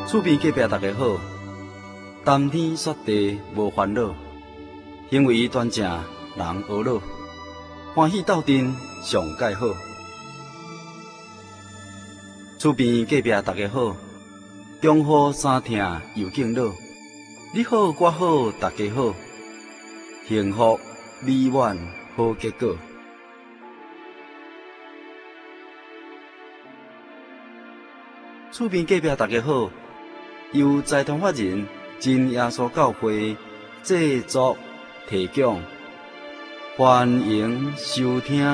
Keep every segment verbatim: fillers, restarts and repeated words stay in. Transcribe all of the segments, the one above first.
厝边隔壁大家好，谈天说地无烦恼，行为端正人和乐，欢喜斗阵上介好。厝边隔壁大家好，中好三听又敬老，你好我好大家好，幸福美满好结果。厝边隔壁大家好，由财团法人真耶稣教会制作提供，欢迎收听。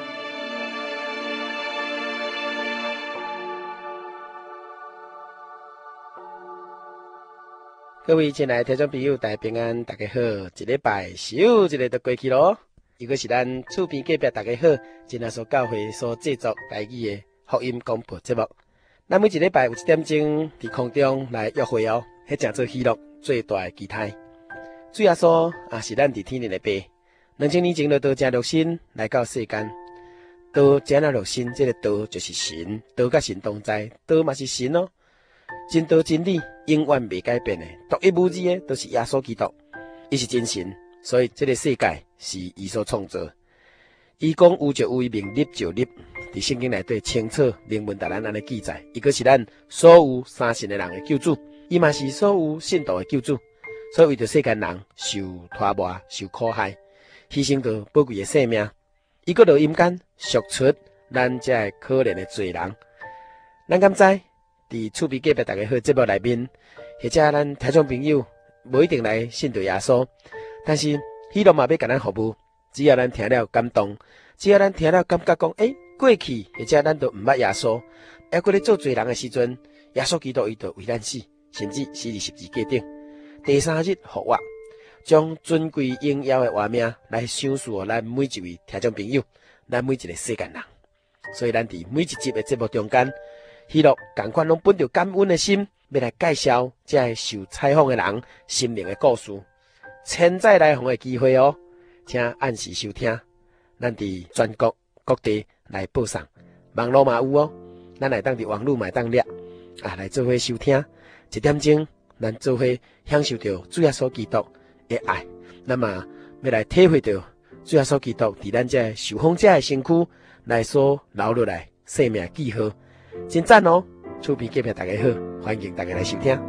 各位亲爱的听众朋友，大家平安，大家好！一礼拜又一个就过去咯。如果是咱厝边隔壁大家好，真耶稣教会所制作台语的福音广播节目。咱每一礼拜有一点钟伫空中来约会哦，迄正做喜乐最大的期待。主耶稣也是咱伫天灵的爸，两千年前就道成肉身来到世间，道成了肉身，这个道就是神，道甲神同在，道嘛是神哦。真道真理永远未改变的，独一无二的都是耶稣基督，伊是真神，所以这个世界是伊所创造。伊讲有就有，命立就立。伫圣经内底清楚明文达咱安尼记载，伊个是咱所有相信的人的救主，伊嘛是所有信徒的救主，所以为着世间人受拖磨、受苦害，牺牲着宝贵的生命，伊个落阴间赎出咱这个可怜的罪人。咱敢知伫厝边隔壁大家好节目内面，或者咱听众朋友无一定来信着耶稣，但是希望嘛要甲咱服务，只要咱听了感动，只要咱听了感觉讲，诶、欸。过去或者咱都毋捌耶稣，还搁咧做罪人的时阵，耶稣基督伊就为咱死，甚至死伫十字架顶。第三日复活，将尊贵荣耀的活命来赏赐咱每一位听众朋友，咱每一个世间人。所以咱伫每一集的节目中间，希望同款拢本着感恩的心，要来介绍这受采访的人心灵的故事，千载来逢的机会哦，请按时收听。咱伫全国各地来报送，网络嘛有哦，咱来当伫网络嘛当掠啊，来做伙收听一点钟，咱做伙享受到主耶稣基督的爱，那么要来体会到主耶稣基督伫咱这受访者的身躯来所留落来生命记号，真赞哦！厝边隔壁大家好，欢迎大家来收听。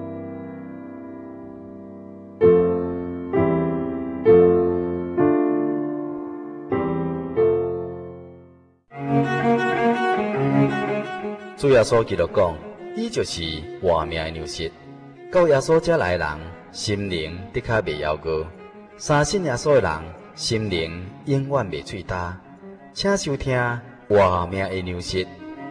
主耶稣基督讲，伊就是活命的粮食。到耶稣遮来的人，心灵的确袂夭糕；相信耶稣的人，心灵永远袂脆焦。请收听活命的粮食。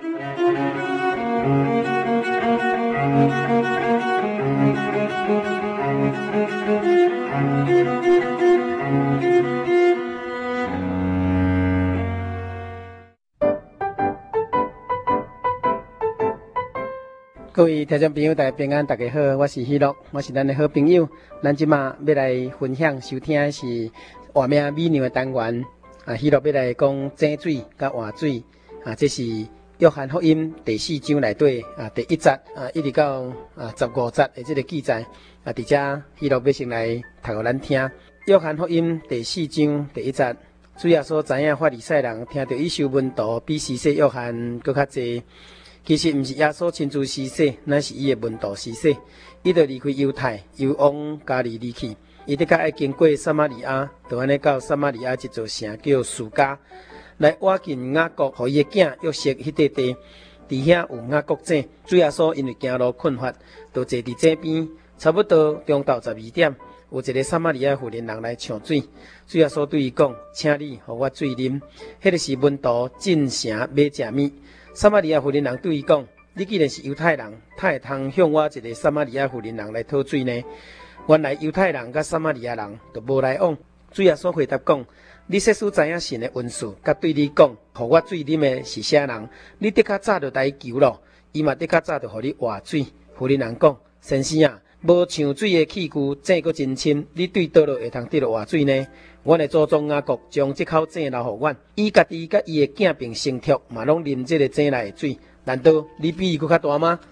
各位听众朋友，大家平安，大家好，我是喜乐，我是咱的好朋友。咱即马要来分享收听的是活命美娘的单元啊，喜乐要来讲井水甲换水啊，这是约翰福音第四章内底啊第一节啊一直到啊十五节的这个记载啊，伫遮喜乐要先来读互咱听。约翰福音第四章第一节，主耶稣知影法利赛人听到伊受门徒比施洗约翰搁较济。其实毋是耶稣亲自施洗，乃是伊的门徒施洗。伊就离开犹太，又往加利利去。伊得较爱经过撒玛利亚，就安尼到撒玛利亚一座城叫苏加，来挖近雅各，互伊的囝约瑟迄块地。伫遐有雅各井，主耶稣因为行路困乏，就坐伫井边。差不多中昼十二点，有一个撒玛利亚妇人人来抢水。主耶稣对伊讲：“请你互我水啉。”迄个是门徒进城买食物。撒玛利亚妇人人对伊讲：“你既然是犹太人，他会通向我一个撒玛利亚妇人人来讨水呢？”原来犹太人甲撒玛利亚人就无来往。主耶稣回答讲：“你设使知影神的文士，甲对你讲，互我水啉的是啥人？你得较早就来求咯，伊嘛得较早就互你换水。”妇人人讲：“先生啊，无抢水的器具井阁真深，你对倒落会通得到换水呢？阮的祖宗雅各将这口井留互阮，伊家己甲伊的囝并生托嘛拢啉这个井内的水，难道你比伊搁较大吗？”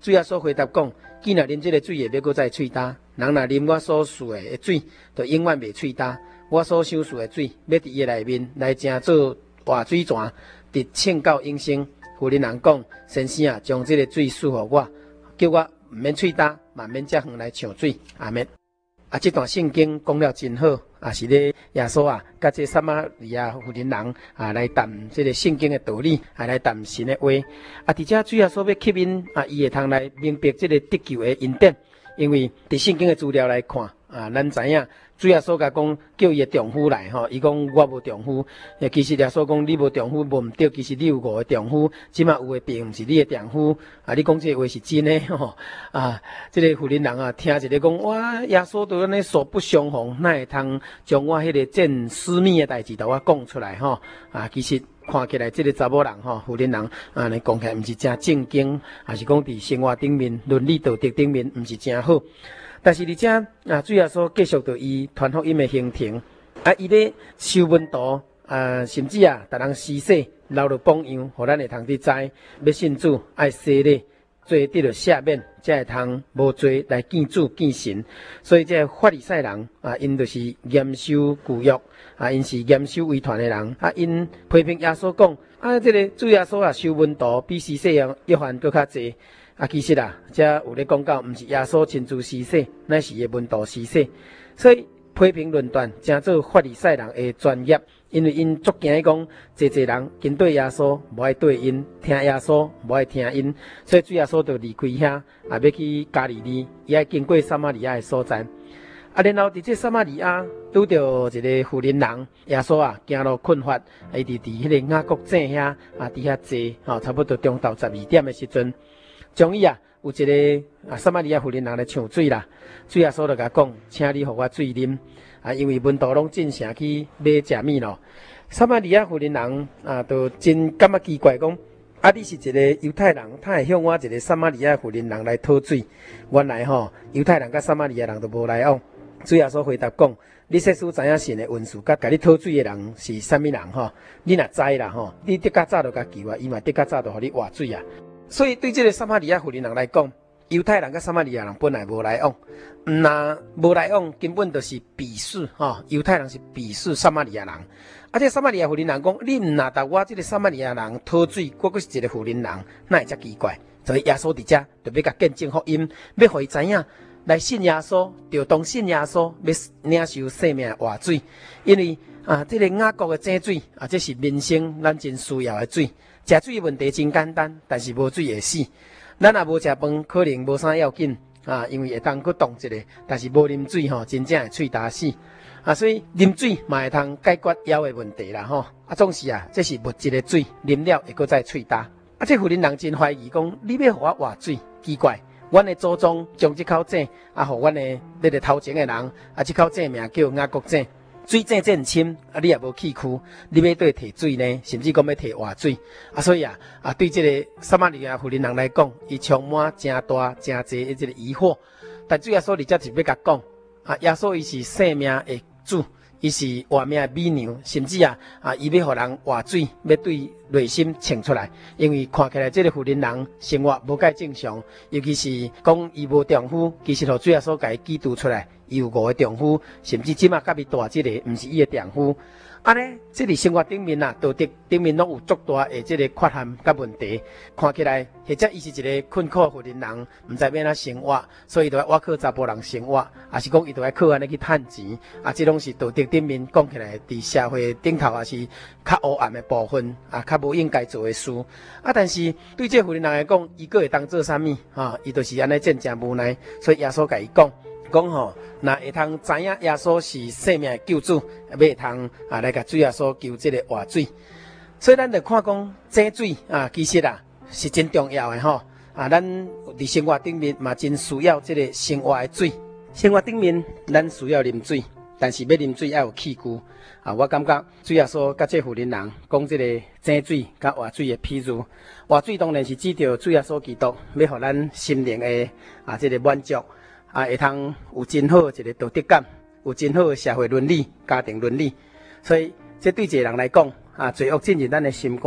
主耶稣回答讲：既然啉这个水，会要搁再喙焦。人若啉我所赐的水，就永远袂喙焦。我所想赐的水，要伫伊内面来成做活水泉，直冲到永生。妇人人讲：先生啊，将这个水赐予我，叫我毋免喙焦，嘛免遮远来抢水。阿免。啊，这段圣经讲了真好，啊是咧耶稣啊，甲这撒玛利亚妇人人啊来谈这个圣经的道理，啊来谈神的话。啊，伫遮主耶稣要吸引啊，伊会通来明白这个得救的恩典，因为伫圣经的资料来看。啊，咱知影主耶稣甲讲叫伊的丈夫来吼，伊讲我无丈夫。其实耶稣讲你无丈夫无毋对，其实你有五个丈夫，即马有的并毋是你的丈夫。啊，你讲这个话是真的吼。啊，这个妇人人啊，听一个讲哇，耶稣都安尼素不相逢，哪会通将我迄个真私密的代志甲我讲出来吼？啊，其实看起来这个查某人吼，妇人人啊，尼讲起来毋是真正经，还是讲伫生活顶面、伦理道德顶面毋是真好。但是伫遮啊，主耶稣继续着伊传福音的行程，啊，伊咧修门徒啊，甚至啊，逐人施洗，留落榜样，互咱会通去知，要信主爱洗礼，罪得着赦免，才会通无罪来见主见神。所以这法利赛人啊，因就是严守旧约啊，因是严守遗传的人啊，因批评耶稣讲啊，这个主耶稣啊，修门徒比施洗约翰搁较济。啊，其实啊，这有咧讲到，毋是耶稣亲自施洗，乃是伊门徒施洗。所以批评论断，正做法利赛人的专业，因为因足惊讲，济济人跟对耶稣，无爱对因，听耶稣，无爱听因，所以主耶稣就离开遐，啊，要去加利利，伊爱经过撒玛利亚的所在。啊，然后伫这撒玛利亚拄到一个妇人人，耶稣啊，行路困乏，伊伫伫迄个雅各井遐啊，伫遐坐，吼，差不多中昼十二点的时阵。终于啊，有一个啊撒玛利亚妇人人来抢水啦。主耶稣就甲讲，请你互我水啉啊，因为门徒拢进城去买食物咯。撒玛利亚妇人人啊，就真感觉奇怪，讲啊，你是一个犹太人，他会向我一个撒玛利亚妇人人来讨水。原来吼，犹太人甲撒玛利亚人都无来往。主耶稣回答讲，你设使知影神的文士甲甲你讨水的人是啥物人吼？你若知啦吼，你得较早就甲求啊，伊嘛得较早就互你活水啊。所以对这个撒玛利亚妇人人来讲，犹太人跟撒玛利亚人本来无来往，那无来往根本就是鄙视吼。犹太人是鄙视撒玛利亚人，啊，这撒玛利亚妇人人讲，你唔拿到我这个撒玛利亚人讨水，我阁是一个妇人人，那会遮奇怪？所以耶稣伫遮就要甲见证福音，要互伊知影，来信耶稣，就当信耶稣，要领受生命的活水，因为啊，这个雅各的井水啊，这是民生咱真需要的水。食水问题真简单，但是无水会死。咱若无食饭，可能无啥要紧啊，因为会当去动一个，但是无啉水吼，真正会喙焦死啊。所以啉水嘛会通解决枵的问题啦吼。啊，总是啊，这是物质的水，啉了会搁再喙焦。啊，这妇人人真怀疑讲，你要互我活水？奇怪，阮的祖宗将这口井啊，互阮的那个头前的人啊，这口井名叫雅各井。水井真深，啊，你也无去区，你要对摕水呢，甚至讲要摕活水，啊，所以啊，啊，对这个撒玛利亚妇人人来讲，伊充满真大、真济的这个疑惑。但主耶稣伫遮是要甲讲，啊，耶稣伊是生命的主，伊是活命的美娘，甚至啊，啊，伊要互人活水，要对内心称出来，因为看起来这个妇人人生活无介正常，尤其是讲伊无丈夫，其实互主耶稣甲伊记录出来。伊有五个丈夫，甚至即马甲伊大即个，毋是伊的丈夫。安尼，即伫生活顶面啊，道德顶面拢有足大的即个缺陷甲问题。看起来，或者伊是一个困苦妇人人，毋知要安怎生活，所以就要倚靠查甫人生活，也是讲伊就要靠安尼去趁钱。啊，即拢是道德顶面讲起来，伫社会顶头也是较黑暗的部分，啊，较无应该做的事。啊，但是对这妇人人来讲，伊个会当做啥物？哈，伊就是安尼真正无奈。所以耶稣甲伊讲。讲吼，那会通知影耶稣是生命的救主，要会通啊来甲主耶稣求这个活水。所以咱就看讲井水啊，其实啊是真重要的吼。啊，咱伫生活顶面嘛真需要这个生活的水。生活顶面咱需要啉水，但是要啉水要有器具。啊，我感觉主耶稣甲这妇人人讲这个井水甲活水的譬如，活水当然是指着主耶稣基督，要互咱心灵的啊这个满足。啊，会通有真好一个道德感，有真好的社会伦理、家庭伦理，所以这对一个人来讲，啊，罪恶进入咱的心肝，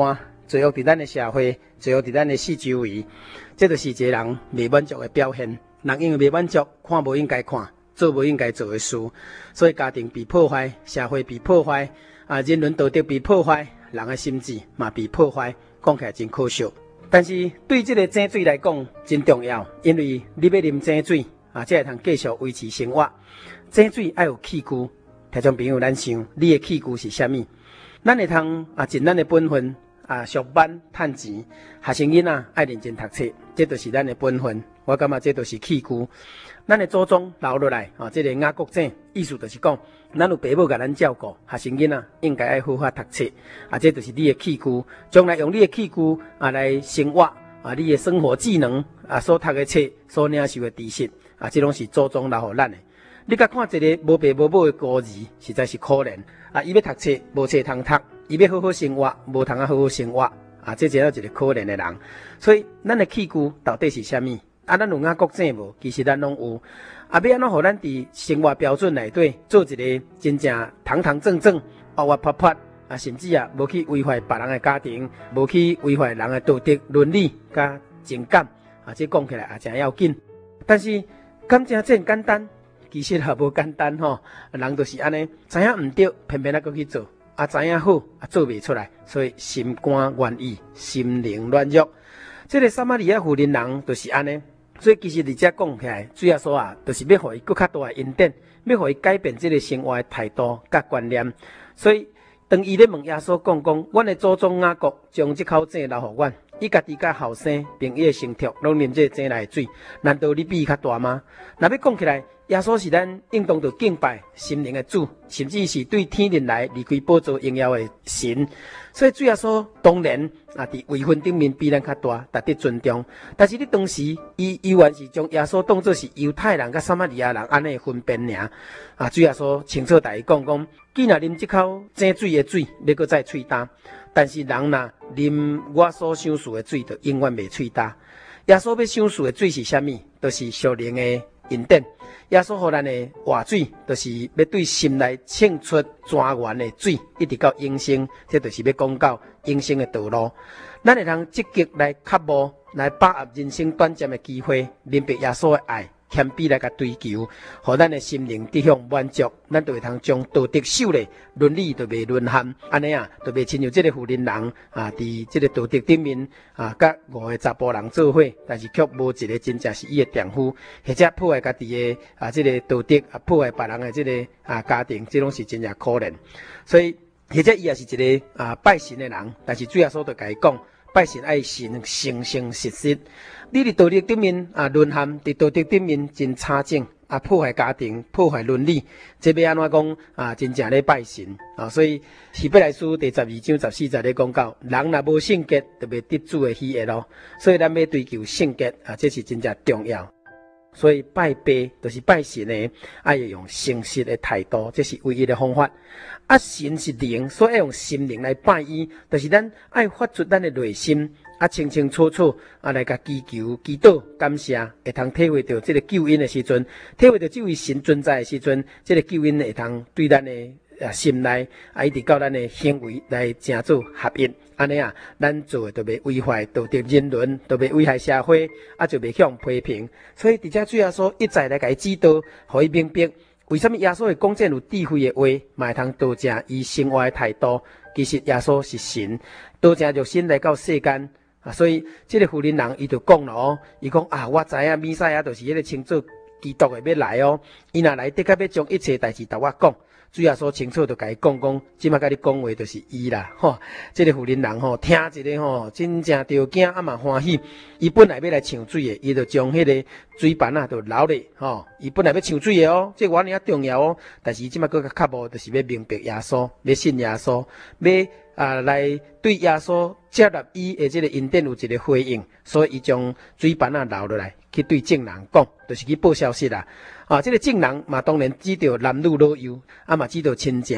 作用伫咱的社会，作用伫咱的四周围，这就是一个人未满足的表现。人因为未满足，看无应该看，做无应该做的事，所以家庭被破坏，社会被破坏，啊，人伦道德被破坏，人的心智嘛被破坏，讲起来真可惜。但是对这个井水来讲真重要，因为你要啉井水啊，才会通继续维持生活。井水要有器具，听众朋友，咱想，你的器具是啥物？咱会通啊尽咱的本分啊，上班赚钱，学生囡仔爱认真读册，这就是咱的本分。我感觉这都是器具。咱的祖宗留落来啊，这个雅各井，意思就是讲，咱有爸母甲咱照顾，学生囡仔应该爱好好读册啊，这就是你的器具。将来用你的器具啊来生活啊，你的生活技能啊，所读的册，所领受的知识啊，这拢是祖宗留互咱的。你甲看一个无爸无母的孤儿，实在是可怜啊！伊要读册，无册通读；伊要好好生活，无通啊好好生活啊！这只有一个可怜的人。所以，咱的器具到底是啥物？啊，咱有雅各井无？其实咱拢有。啊，要安怎互咱伫生活标准内底做一个真正堂堂正正、活活泼泼啊，甚至啊，无去危害别人的家庭，无去危害人的道德伦理甲情感啊！这讲起来也真要紧。但是，敢真真简单？其实也无简单吼，人就是安尼，知影毋对，偏偏啊搁去做，啊知影好，啊做袂出来，所以心肝愿意，心灵软弱。这个撒玛利亚妇人人就是安尼，所以其实伫遮讲起来，主要说啊，就是要互伊更较大的恩典，要互伊改变这个生活的态度甲观念。所以当伊咧问耶稣讲讲，阮的祖宗雅各将这口井留互阮，伊家己甲后生并伊的牲畜拢啉这井内的水，难道你比伊较大吗？若要讲起来，耶稣是咱应当着敬拜心灵的主，甚至是对天灵来离开宝座荣耀的神。所以主耶稣当然啊，伫位分顶面比咱较大，值得尊重。但是你当时，伊依然是将耶稣当作是犹太人甲撒玛利亚人安尼分辨尔。啊，主耶稣清楚大伊讲讲，既然啉这口井水的水，要搁再喙干；但是人若啉我所想事的水，就永远袂喙干。耶稣要想事的水是啥物？就是属灵的恩典。耶稣予咱的活水，就是要对心内沁出泉源的水，一直到永生，这就是要讲到永生的道路。咱会通积极来渴慕，来把握人生短暂的机会，明白耶稣的爱，谦卑来甲追求，互咱的心灵得向满足，咱就会通将道德守咧，伦理就袂沦陷。安尼啊，就袂亲像这个妇人人啊，伫这个道德顶面啊，甲五个查甫人做伙，但是却无一个真正是伊的丈夫，或者破坏家己的啊这个道德啊，破坏别人的这个啊家庭，这拢是真正可怜。所以，或者伊也是一个啊拜神的人，但是主要所就甲伊讲。拜神爱神诚诚实实，你伫道德顶面啊沦陷，伫道德顶面真差劲啊，破坏家庭，破坏伦理，这要安怎讲啊？真正咧拜神啊！所以希伯来书第十二章十四节咧讲到，人若无圣洁，就袂得主的喜悦咯。所以咱要追求圣洁啊，这是真正重要。所以拜拜就是拜神的，爱用诚实的态度，这是唯一的方法。啊，神是灵，所以要用心灵来拜伊，就是咱爱发出咱的内心，啊清清楚楚啊来甲祈求、祈祷、感谢，会通体会到这个救恩的时阵，体会到这位神存在的时阵，这个救恩会通对咱的啊心内啊一直到咱的行为来成做合一。安尼啊，咱做的就袂危害道德人伦，就袂危害社会，啊就袂向批评。所以伫遮主要说一再来甲伊指导，互伊明白为什么耶稣会讲这有智慧的话，嘛会通多正伊生活的态度。其实耶稣是神，多正肉身来到世间啊。所以这个妇人人伊就讲了哦，伊讲啊，我知影弥赛亚就是迄个称作基督的要来哦。伊若来，的确要将一切代志甲我讲。主要所清楚就甲伊讲讲，即马甲你讲话就是伊啦，吼！这个妇人人吼，听一个吼，真正着惊啊嘛欢喜。伊本来要来抢水的，伊就将迄个水盘啊，就留咧，吼！伊本来要抢水的哦，这原理啊重要哦。但是伊即马搁较较无，就是要明白耶稣，要信耶稣，要啊来对耶稣接纳伊的这个恩典有一个回应，所以伊将水盘啊留落来，去对众人讲，就是去报消息啦。啊，这个证人嘛，当然指着男女老幼，啊嘛指着亲情，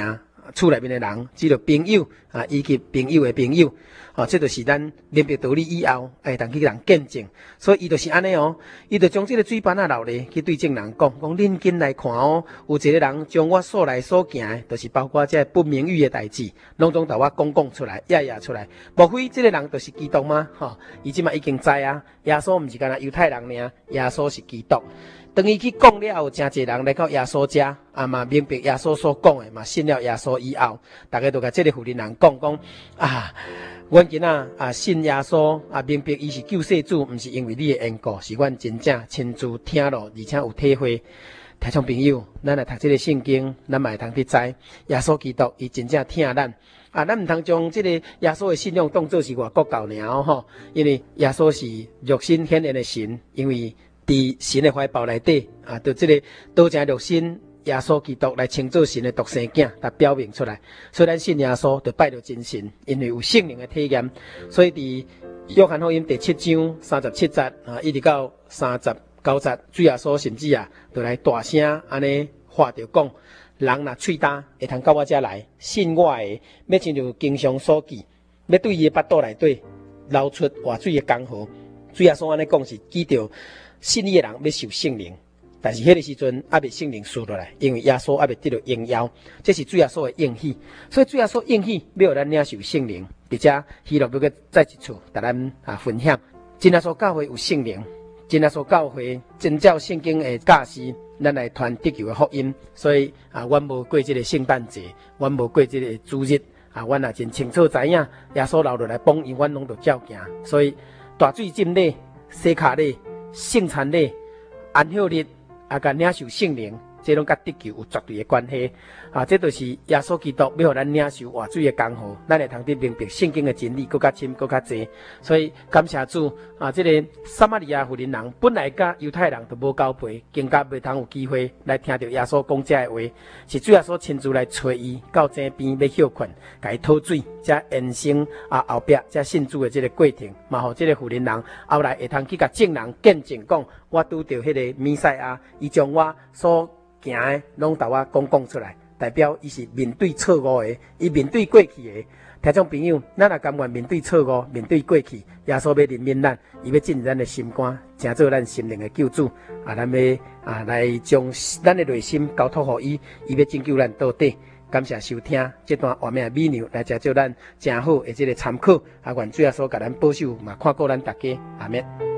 厝内面的人，只着朋友啊，以及朋友的朋友，哦，这就是咱明白道理以后，会当去人见证。所以伊就是安尼哦，伊就将这个水板啊留咧，去对证人讲，讲恁紧来看哦，有一个人将我所来所行的，就是包括这不名誉的代志，拢总甲我讲讲出来，压压出来。莫非这个人就是基督吗？吼、哦，伊即马已经知啊，耶稣毋是干那犹太人尔，耶稣是基督。当伊去讲了后，真侪人来到耶稣遮，啊嘛明白耶稣所讲的，嘛信了耶稣以后，大家都甲这个妇人人讲讲啊，阮囡仔啊信耶稣啊，明白伊是救世主，毋是因为你的缘故，是阮真正亲自听了，而且有体会。听众朋友，咱来读这个圣经，咱嘛会通去知耶稣基督伊真正听咱啊，咱毋通将这个耶稣的信仰当作是外国教尔吼，因为耶稣是肉身显现的神，因为伫神的怀抱内底啊，就这个道成肉身耶稣基督来称作神的独生囝，来表明出来。所以咱信耶稣，就拜着真神，因为有圣灵的体验。所以伫约翰福音第七章三十七节啊，一直到三十九节，主耶稣甚至啊，就来大声安尼话着讲，人若喙焦会通到我遮来，信我的，要亲像经上所记，要对伊的腹肚内底流出活水的江河。主耶稣安尼讲是记着。信伊的人要受圣灵，但是迄个时阵还未圣灵赐落来，因为耶稣还未得到应邀，这是主耶稣的应许。所以主耶稣应许要咱领受圣灵，而且希望要搁再一次甲咱啊分享。真耶稣教会有圣灵，真耶稣教会遵照圣经的教示，咱来传得救的福音。所以啊，阮无过这个圣诞节，阮无过这个主日啊，阮也真清楚知影耶稣留落来榜样，阮拢着照行。所以大水浸礼、洗脚礼。圣餐礼、安息日啊，甲领受圣灵，这拢甲得救有绝对的关系啊！这就是耶稣基督要互咱领受活水的功夫，咱会通得明白圣经的真理，更较深，更较济。所以感谢主啊！这个撒玛利亚妇人人本来甲犹太人都无交陪，更加袂通有机会来听到耶稣讲这的话，是主耶稣亲自来找伊到井边要休困，甲伊讨水，才延伸啊后壁才信主的这个过程，嘛，互这个妇人人后来会通去甲证人见证讲，我拄到迄个弥赛亚，伊将我所行的拢甲我讲讲出来，代表伊是面对错误的，伊面对过去的。听众朋友，咱也甘愿面对错误，面对过去，耶稣要怜悯咱，伊要进入咱的心肝，成做咱心灵的救主。啊，咱要啊来将咱的内心交托互伊，伊要拯救咱到底。感谢收听这段画面美妙，来接照咱真好的这个参考。啊，愿主耶稣甲咱保守，嘛看顾咱大家。阿们。